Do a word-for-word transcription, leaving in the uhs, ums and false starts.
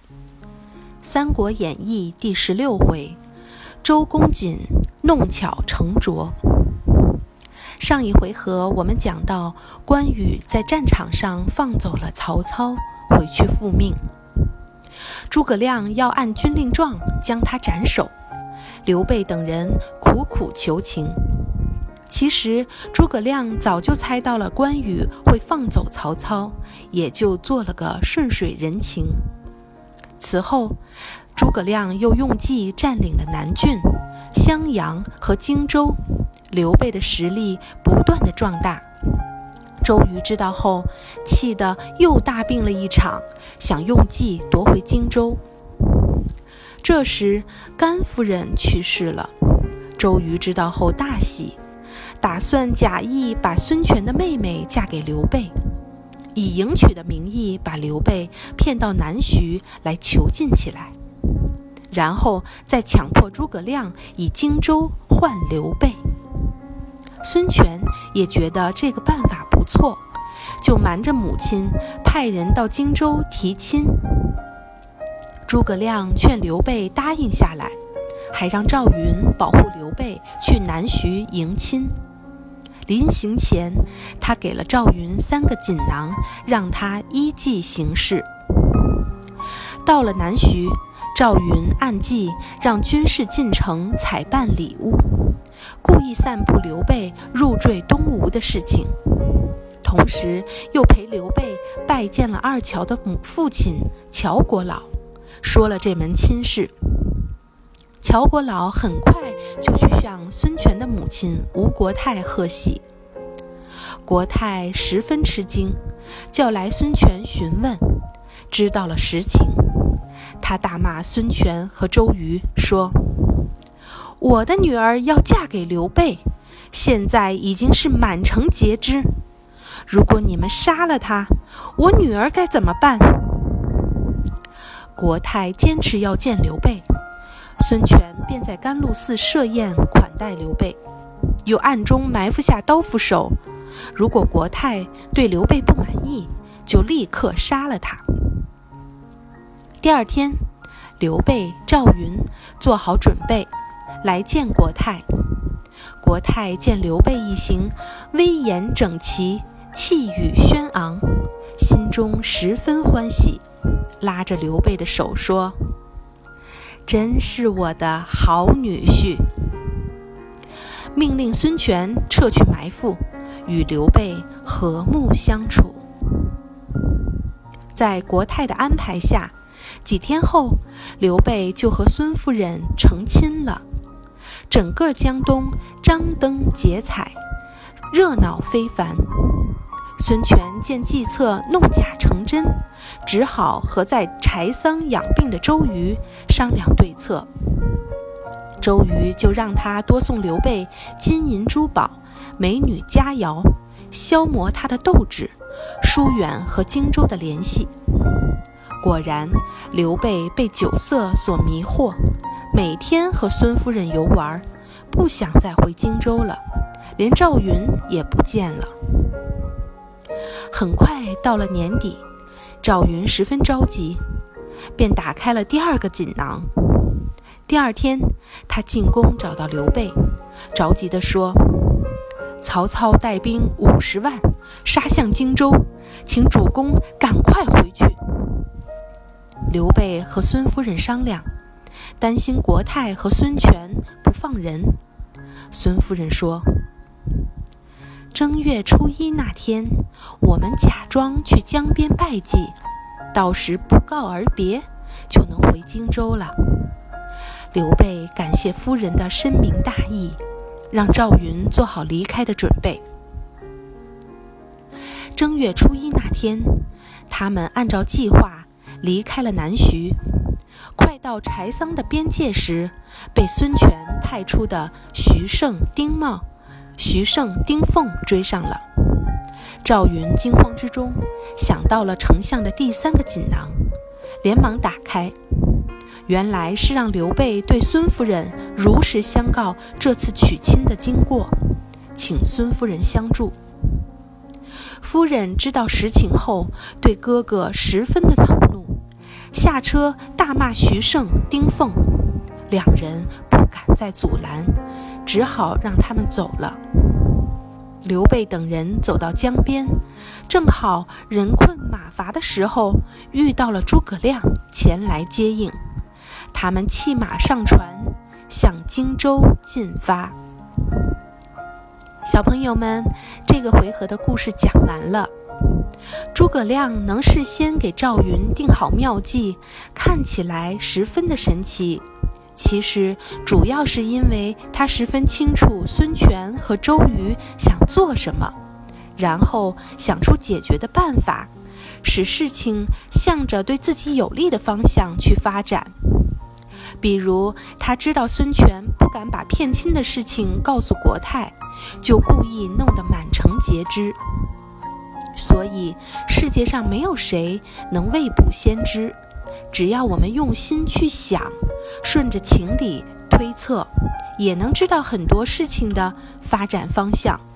三国演义第十六回，周公瑾弄巧成拙。上一回合我们讲到，关羽在战场上放走了曹操，回去复命。诸葛亮要按军令状将他斩首，刘备等人苦苦求情。其实诸葛亮早就猜到了关羽会放走曹操，也就做了个顺水人情。此后诸葛亮又用计占领了南郡、襄阳和荆州，刘备的实力不断的壮大。周瑜知道后，气得又大病了一场，想用计夺回荆州。这时甘夫人去世了，周瑜知道后大喜，打算假意把孙权的妹妹嫁给刘备，以迎娶的名义把刘备骗到南徐来囚禁起来，然后再强迫诸葛亮以荆州换刘备。孙权也觉得这个办法不错，就瞒着母亲派人到荆州提亲。诸葛亮劝刘备答应下来，还让赵云保护刘备去南徐迎亲。临行前，他给了赵云三个锦囊，让他依计行事。到了南徐，赵云按计让军士进城采办礼物，故意散布刘备入赘东吴的事情，同时又陪刘备拜见了二乔的母父亲乔国老，说了这门亲事。乔国老很快就去向孙权的母亲吴国太贺喜。国太十分吃惊，叫来孙权询问，知道了实情。他大骂孙权和周瑜，说：我的女儿要嫁给刘备，现在已经是满城皆知，如果你们杀了她，我女儿该怎么办？国太坚持要见刘备，孙权便在甘露寺设宴款待刘备，又暗中埋伏下刀斧手，如果国太对刘备不满意，就立刻杀了他。第二天，刘备、赵云做好准备来见国太。国太见刘备一行威严整齐，气宇轩昂，心中十分欢喜，拉着刘备的手说：真是我的好女婿。命令孙权撤去埋伏，与刘备和睦相处。在国太的安排下，几天后，刘备就和孙夫人成亲了。整个江东张灯结彩，热闹非凡。孙权见计策弄假成真，只好和在柴桑养病的周瑜商量对策。周瑜就让他多送刘备金银珠宝、美女佳肴，消磨他的斗志，疏远和荆州的联系。果然，刘备被酒色所迷惑，每天和孙夫人游玩，不想再回荆州了，连赵云也不见了。很快到了年底，赵云十分着急，便打开了第二个锦囊。第二天，他进宫找到刘备，着急地说：曹操带兵五十万杀向荆州，请主公赶快回去。刘备和孙夫人商量，担心国太和孙权不放人。孙夫人说：正月初一那天，我们假装去江边拜祭，到时不告而别，就能回荆州了。刘备感谢夫人的深明大义，让赵云做好离开的准备。正月初一那天，他们按照计划离开了南徐。快到柴桑的边界时，被孙权派出的徐盛、丁茂、徐盛、丁奉追上了。赵云惊慌之中想到了丞相的第三个锦囊，连忙打开，原来是让刘备对孙夫人如实相告这次娶亲的经过，请孙夫人相助。夫人知道实情后，对哥哥十分的恼怒， 下车大骂徐盛、丁奉，两人不敢再阻拦，只好让他们走了。刘备等人走到江边，正好人困马乏的时候，遇到了诸葛亮前来接应。他们弃马上船，向荆州进发。小朋友们，这个回合的故事讲完了。诸葛亮能事先给赵云定好妙计，看起来十分的神奇。其实主要是因为他十分清楚孙权和周瑜想做什么，然后想出解决的办法，使事情向着对自己有利的方向去发展。比如他知道孙权不敢把骗亲的事情告诉国泰，就故意弄得满城皆知。所以世界上没有谁能未卜先知，只要我们用心去想，顺着情理推测，也能知道很多事情的发展方向。